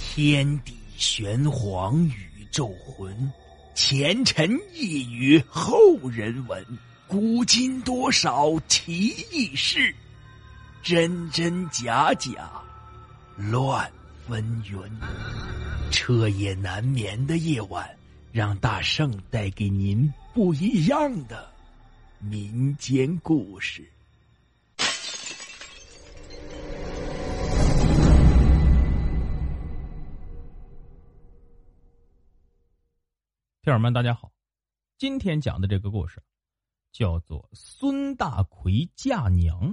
天地玄黄宇宙浑，前尘一语后人闻。古今多少奇异事，真真假假乱纷纭。彻夜难眠的夜晚，让大圣带给您不一样的民间故事。 听友们大家好，今天讲的这个故事叫做孙大奎嫁娘。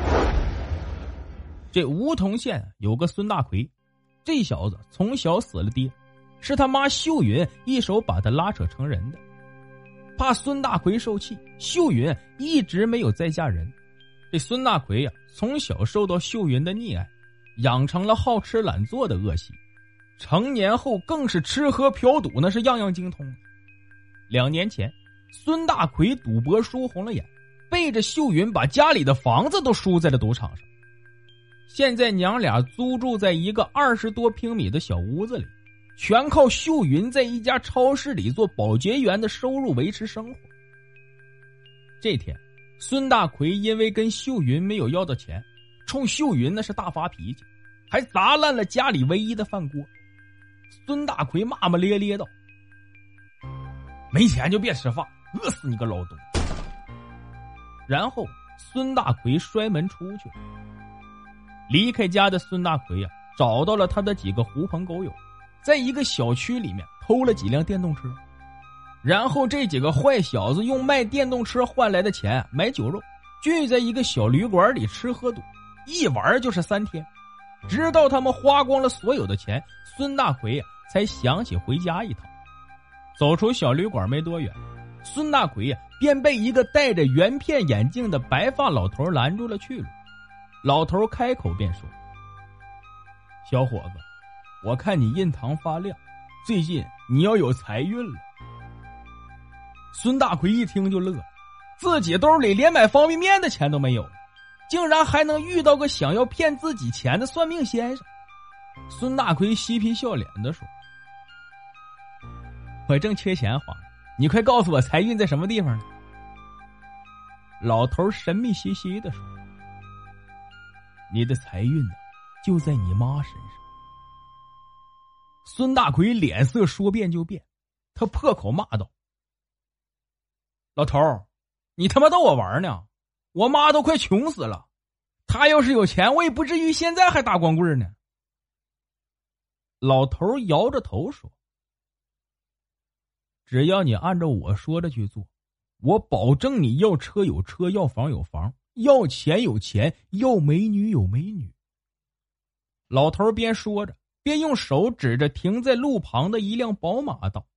这梧桐县有个孙大奎，这小子从小死了爹，是他妈秀云一手把他拉扯成人的。怕孙大奎受气，秀云一直没有再嫁人。这孙大奎呀，从小受到秀云的溺爱，养成了好吃懒做的恶习。成年后更是吃喝嫖赌，那是样样精通。2年前，孙大奎赌博输红了眼，背着秀云把家里的房子都输在了赌场上。现在娘俩租住在一个20多平米的小屋子里，全靠秀云在一家超市里做保洁员的收入维持生活。这天，孙大奎因为跟秀云没有要到钱，冲秀云那是大发脾气，还砸烂了家里唯一的饭锅。孙大奎骂骂咧咧道：“没钱就别吃饭，饿死你个老东！”然后孙大奎摔门出去了。离开家的孙大奎啊，找到了他的几个狐朋狗友，在一个小区里面偷了几辆电动车，然后这几个坏小子用卖电动车换来的钱买酒肉，聚在一个小旅馆里吃喝赌，一玩就是3天。直到他们花光了所有的钱，孙大奎才想起回家一趟。走出小旅馆没多远，孙大奎便被一个戴着圆片眼镜的白发老头拦住了去路。老头开口便说：“小伙子，我看你印堂发亮，最近你要有财运了。”孙大奎一听就乐，自己兜里连买方便面的钱都没有了，竟然还能遇到个想要骗自己钱的算命先生。孙大奎嬉皮笑脸地说：“我正缺钱花，你快告诉我财运在什么地方呢？”老头神秘兮兮地说：“你的财运呢，就在你妈身上。”孙大奎脸色说变就变，他破口骂道：“老头，你他妈逗我玩呢？我妈都快穷死了，她要是有钱，我也不至于现在还打光棍呢。”老头摇着头说：“只要你按照我说的去做，我保证你要车有车，要房有房，要钱有钱，要美女有美女。”老头边说着，边用手指着停在路旁的一辆宝马道：“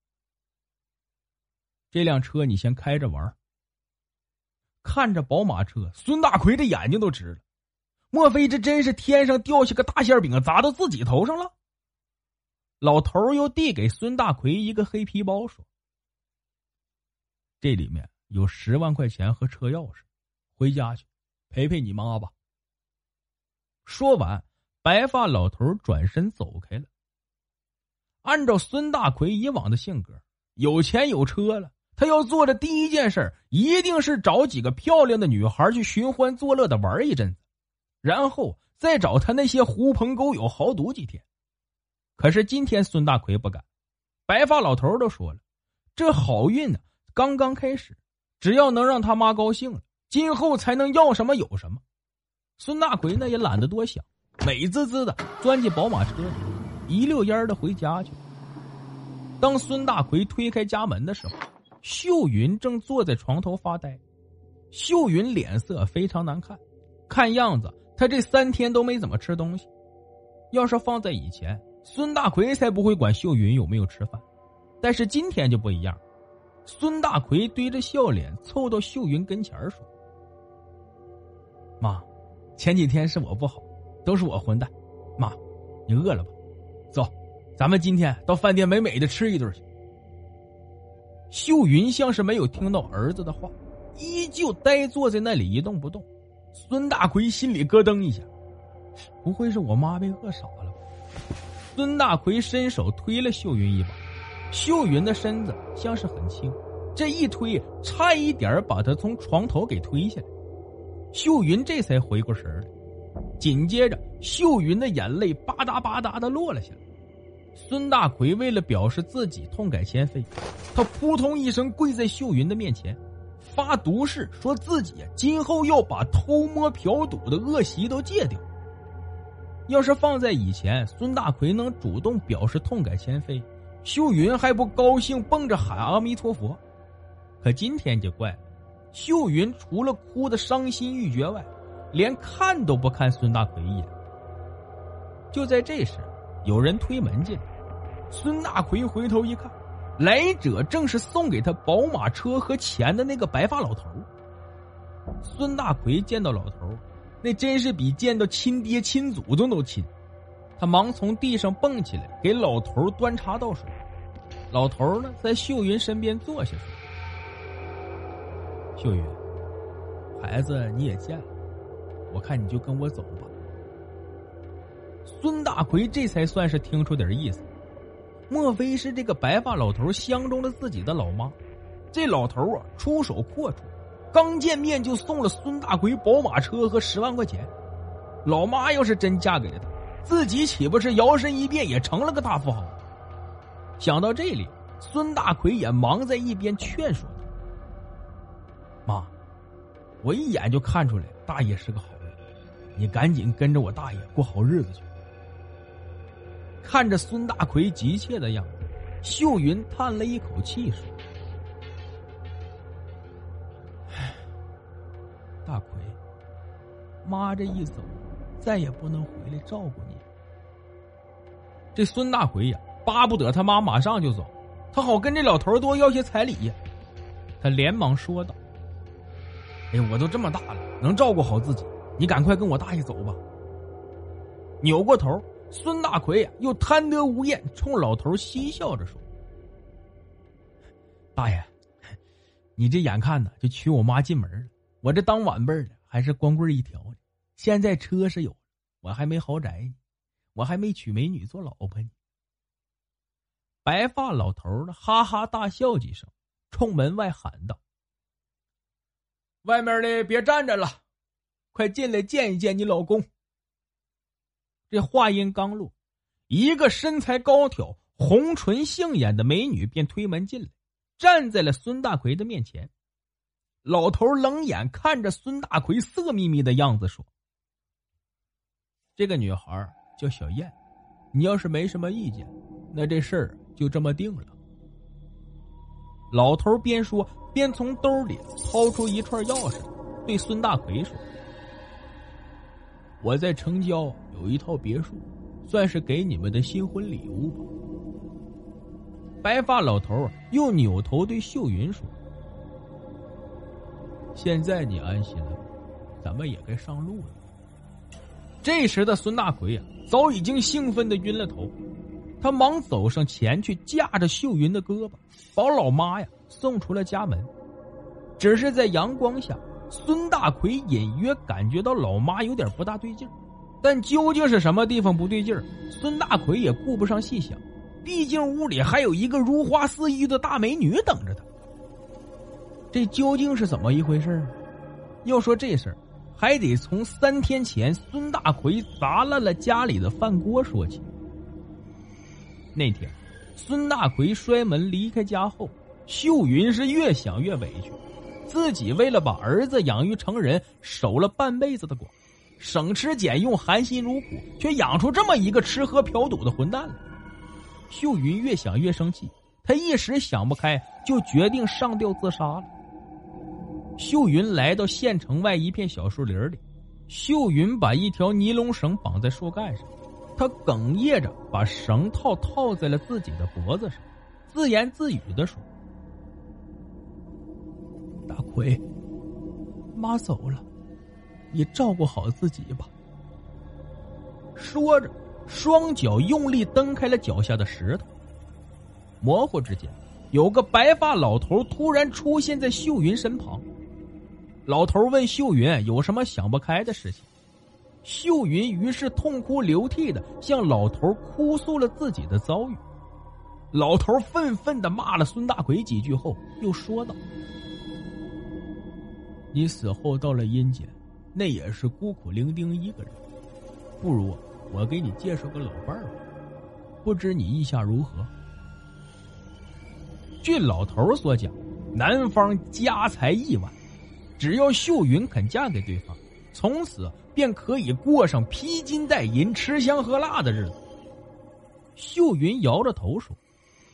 这辆车你先开着玩。”看着宝马车，孙大奎的眼睛都直了，莫非这真是天上掉下个大馅饼砸到自己头上了？老头又递给孙大奎一个黑皮包，说：“这里面有10万块钱和车钥匙，回家去陪陪你妈吧。”说完，白发老头转身走开了。按照孙大奎以往的性格，有钱有车了，他要做的第一件事一定是找几个漂亮的女孩去寻欢作乐的玩一阵子，然后再找他那些狐朋狗友豪赌几天。可是今天孙大奎不敢，白发老头都说了，这好运呢刚刚开始，只要能让他妈高兴了，今后才能要什么有什么。孙大奎呢也懒得多想，美滋滋的钻进宝马车里，一溜烟的回家去。当孙大奎推开家门的时候，秀云正坐在床头发呆。秀云脸色非常难看，看样子她这3天都没怎么吃东西。要是放在以前，孙大奎才不会管秀云有没有吃饭，但是今天就不一样。孙大奎堆着笑脸凑到秀云跟前说：“妈，前几天是我不好，都是我混蛋。妈，你饿了吧？走，咱们今天到饭店美美的吃一顿去。”秀云像是没有听到儿子的话，依旧呆坐在那里一动不动。孙大奎心里咯噔一下，不会是我妈被饿傻了吧？ 孙大奎伸手推了秀云一把，秀云的身子像是很轻，这一推差一点把他从床头给推下来。秀云这才回过神来，紧接着秀云的眼泪吧嗒吧嗒的落了下来。孙大奎为了表示自己痛改前非，他扑通一声跪在秀云的面前，发毒誓说自己今后要把偷摸嫖赌的恶习都戒掉。要是放在以前，孙大奎能主动表示痛改前非，秀云还不高兴蹦着喊阿弥陀佛。可今天就怪了，秀云除了哭得伤心欲绝外，连看都不看孙大奎一眼。就在这时，有人推门进来，孙大奎回头一看，来者正是送给他宝马车和钱的那个白发老头。孙大奎见到老头，那真是比见到亲爹亲祖宗都亲。他忙从地上蹦起来，给老头端茶倒水。老头呢，在秀云身边坐下说：“秀云，孩子你也见了，我看你就跟我走吧。”孙大奎这才算是听出点意思，莫非是这个白发老头相中了自己的老妈？这老头出手阔绰，刚见面就送了孙大奎宝马车和10万块钱。老妈要是真嫁给了他，自己岂不是摇身一变也成了个大富豪？想到这里，孙大奎也忙在一边劝说他：“妈，我一眼就看出来大爷是个好人，你赶紧跟着我大爷过好日子去。”看着孙大奎急切的样子，秀云叹了一口气说：“大奎，妈这一走，再也不能回来照顾你。”这孙大奎呀，巴不得他妈马上就走，他好跟这老头多要些彩礼呀。他连忙说道：“哎，我都这么大了，能照顾好自己，你赶快跟我大爷走吧。”扭过头，孙大奎又贪得无厌，冲老头嬉笑着说：“大爷，你这眼看呢就娶我妈进门了，我这当晚辈的还是光棍一条呢。现在车是有了，我还没豪宅呢，我还没娶美女做老婆呢。”白发老头呢哈哈大笑几声，冲门外喊道：“外面的别站着了，快进来见一见你老公。”这话音刚落，一个身材高挑、红唇杏眼的美女便推门进来，站在了孙大奎的面前。老头冷眼看着孙大奎色眯眯的样子说：“这个女孩叫小燕，你要是没什么意见，那这事儿就这么定了。”老头边说边从兜里掏出一串钥匙，对孙大奎说：“我在城郊有一套别墅，算是给你们的新婚礼物吧。”白发老头又扭头对秀云说：“现在你安心了，咱们也该上路了。”这时的孙大奎早已经兴奋的晕了头，他忙走上前去，架着秀云的胳膊，把老妈送出了家门。只是在阳光下，孙大奎隐约感觉到老妈有点不大对劲儿，但究竟是什么地方不对劲儿，孙大奎也顾不上细想，毕竟屋里还有一个如花似玉的大美女等着他。这究竟是怎么一回事呢？要说这事儿，还得从3天前孙大奎砸烂了家里的饭锅说起。那天孙大奎摔门离开家后，秀云是越想越委屈，自己为了把儿子养育成人，守了半辈子的寡，省吃俭用，含辛茹苦，却养出这么一个吃喝嫖赌的混蛋来。秀云越想越生气，她一时想不开，就决定上吊自杀了。秀云来到县城外一片小树林里，秀云把一条尼龙绳绑在树干上，她哽咽着把绳套在了自己的脖子上，自言自语地说：“大奎，妈走了，你照顾好自己吧。”说着，双脚用力蹬开了脚下的石头。模糊之间，有个白发老头突然出现在秀云身旁。老头问秀云有什么想不开的事情， 秀云于是痛哭流涕的向老头哭诉了自己的遭遇。老头愤愤的骂了孙大奎几句后，又说道：你死后到了阴间，那也是孤苦伶仃一个人，不如我给你介绍个老伴儿吧，不知你意下如何？据老头所讲，男方家财亿万，只要秀云肯嫁给对方，从此便可以过上披金戴银、吃香喝辣的日子。秀云摇着头说：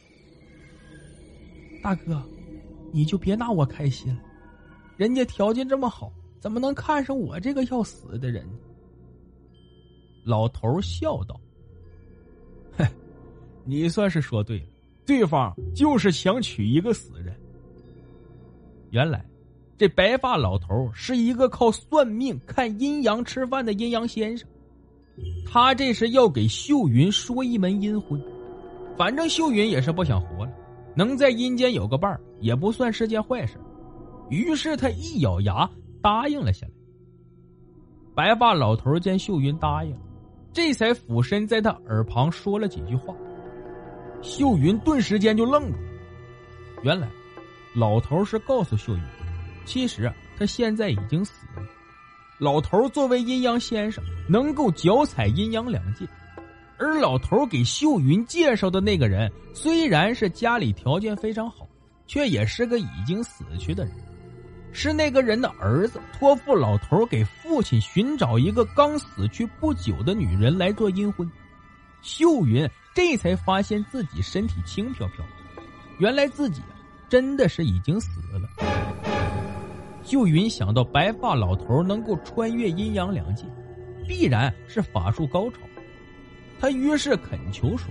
大哥，你就别拿我开心了，人家条件这么好，怎么能看上我这个要死的人呢？老头笑道：嘿，你算是说对了，对方就是想娶一个死人。原来这白发老头是一个靠算命看阴阳吃饭的阴阳先生，他这是要给秀云说一门阴婚。反正秀云也是不想活了，能在阴间有个伴儿也不算是件坏事，于是他一咬牙答应了下来。白发老头见秀云答应，这才俯身在他耳旁说了几句话。秀云顿时间就愣住了，原来老头是告诉秀云，其实他现在已经死了。老头作为阴阳先生，能够脚踩阴阳两界，而老头给秀云介绍的那个人虽然是家里条件非常好，却也是个已经死去的人，是那个人的儿子托付老头给父亲寻找一个刚死去不久的女人来做阴婚。秀云这才发现自己身体轻飘飘，原来自己真的是已经死了。秀云想到白发老头能够穿越阴阳两界，必然是法术高超，他于是恳求说：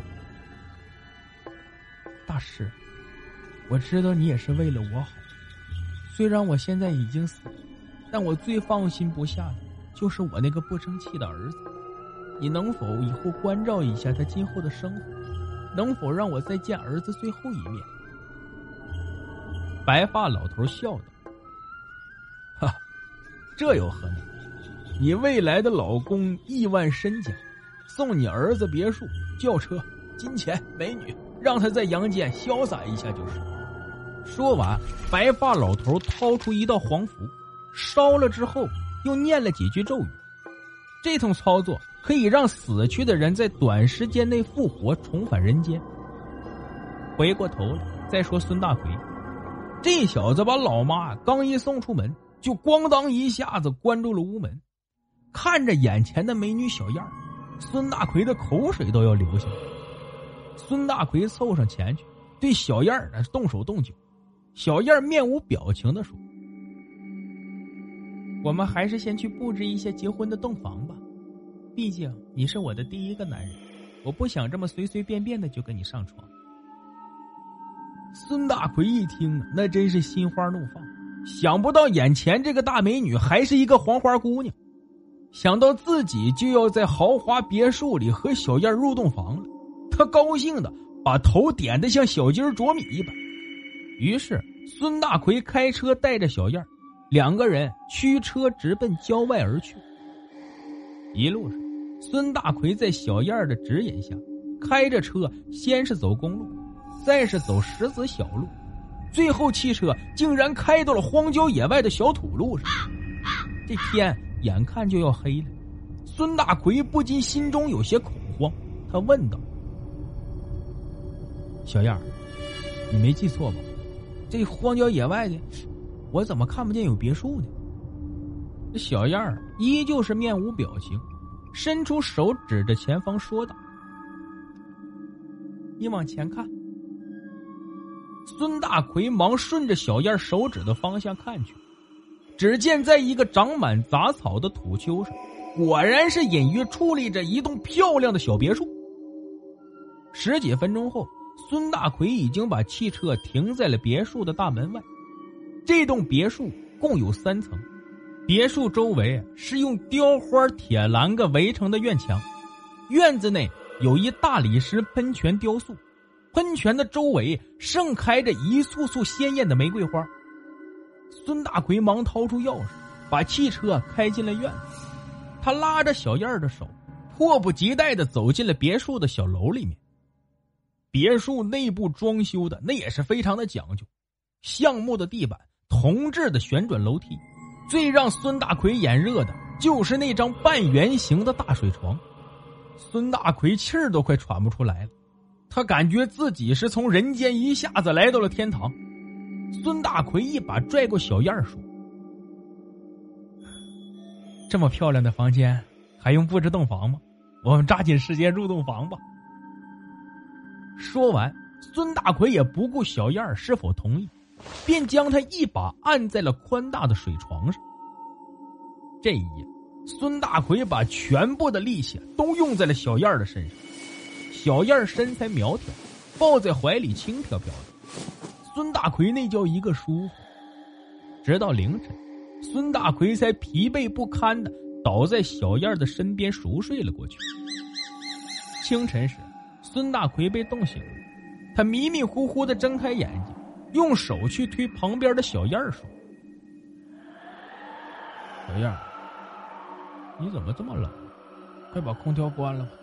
大师，我知道你也是为了我好，虽然我现在已经死了，但我最放心不下的就是我那个不争气的儿子，你能否以后关照一下他今后的生活，能否让我再见儿子最后一面？白发老头笑道：哈，这有何难？你未来的老公亿万身家，送你儿子别墅、轿车、金钱、美女，让他在阳间潇洒一下就是。说完，白发老头掏出一道黄符，烧了之后又念了几句咒语。这通操作可以让死去的人在短时间内复活，重返人间。回过头来再说孙大奎，这小子把老妈刚一送出门，就咣当一下子关住了屋门。看着眼前的美女小燕儿，孙大奎的口水都要流下来。孙大奎凑上前去，对小燕儿动手动脚。小燕儿面无表情地说：我们还是先去布置一下结婚的洞房吧，毕竟你是我的第一个男人，我不想这么随随便便的就跟你上床。孙大奎一听，那真是心花怒放，想不到眼前这个大美女还是一个黄花姑娘，想到自己就要在豪华别墅里和小燕入洞房了，他高兴的把头点得像小鸡啄米一般。于是孙大奎开车带着小燕，两个人驱车直奔郊外而去。一路上，孙大奎在小燕的指引下，开着车先是走公路，再是走石子小路，最后汽车竟然开到了荒郊野外的小土路上。这天眼看就要黑了，孙大奎不禁心中有些恐慌，他问道：小燕，你没记错吧？这荒郊野外的，我怎么看不见有别墅呢？小燕儿依旧是面无表情，伸出手指着前方说道：你往前看。孙大奎忙顺着小燕手指的方向看去，只见在一个长满杂草的土丘上，果然是隐约矗立着一栋漂亮的小别墅。十几分钟后，孙大奎已经把汽车停在了别墅的大门外。这栋别墅共有3层，别墅周围是用雕花铁栏杆围成的院墙，院子内有一大理石喷泉雕塑，喷泉的周围盛开着一簇簇鲜艳的玫瑰花。孙大奎忙掏出钥匙，把汽车开进了院子。 他拉着小燕儿的手，迫不及待地走进了别墅的小楼里面。别墅内部装修的那也是非常的讲究，橡木的地板，铜制的旋转楼梯，最让孙大奎眼热的就是那张半圆形的大水床。孙大奎气儿都快喘不出来了，他感觉自己是从人间一下子来到了天堂。孙大奎一把拽过小燕儿说：“这么漂亮的房间还用布置洞房吗？我们抓紧时间入洞房吧。”说完，孙大奎也不顾小燕儿是否同意，便将她一把按在了宽大的水床上。这一夜，孙大奎把全部的力气都用在了小燕儿的身上。小燕儿身材苗条，抱在怀里轻飘飘的，孙大奎那叫一个舒服。直到凌晨，孙大奎才疲惫不堪的倒在小燕儿的身边熟睡了过去。清晨时，孙大奎被冻醒了，他迷迷糊糊的睁开眼睛，用手去推旁边的小燕儿说：“小燕儿，你怎么这么冷？快把空调关了吧。”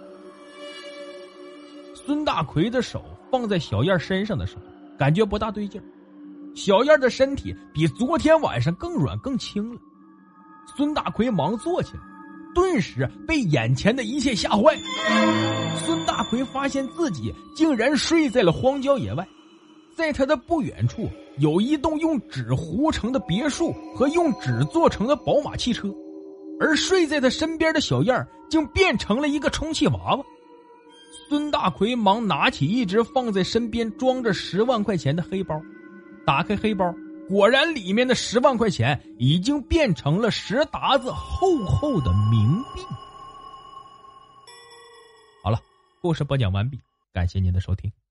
孙大奎的手放在小燕身上的时候，感觉不大对劲儿。小燕的身体比昨天晚上更软更轻了。孙大奎忙坐起来，顿时被眼前的一切吓坏。孙大奎发现自己竟然睡在了荒郊野外，在他的不远处有一栋用纸糊成的别墅和用纸做成的宝马汽车，而睡在他身边的小燕竟变成了一个充气娃娃。孙大奎忙拿起一直放在身边装着10万块钱的黑包，打开黑包，果然里面的10万块钱已经变成了10沓子厚厚的冥币。好了，故事播讲完毕，感谢您的收听。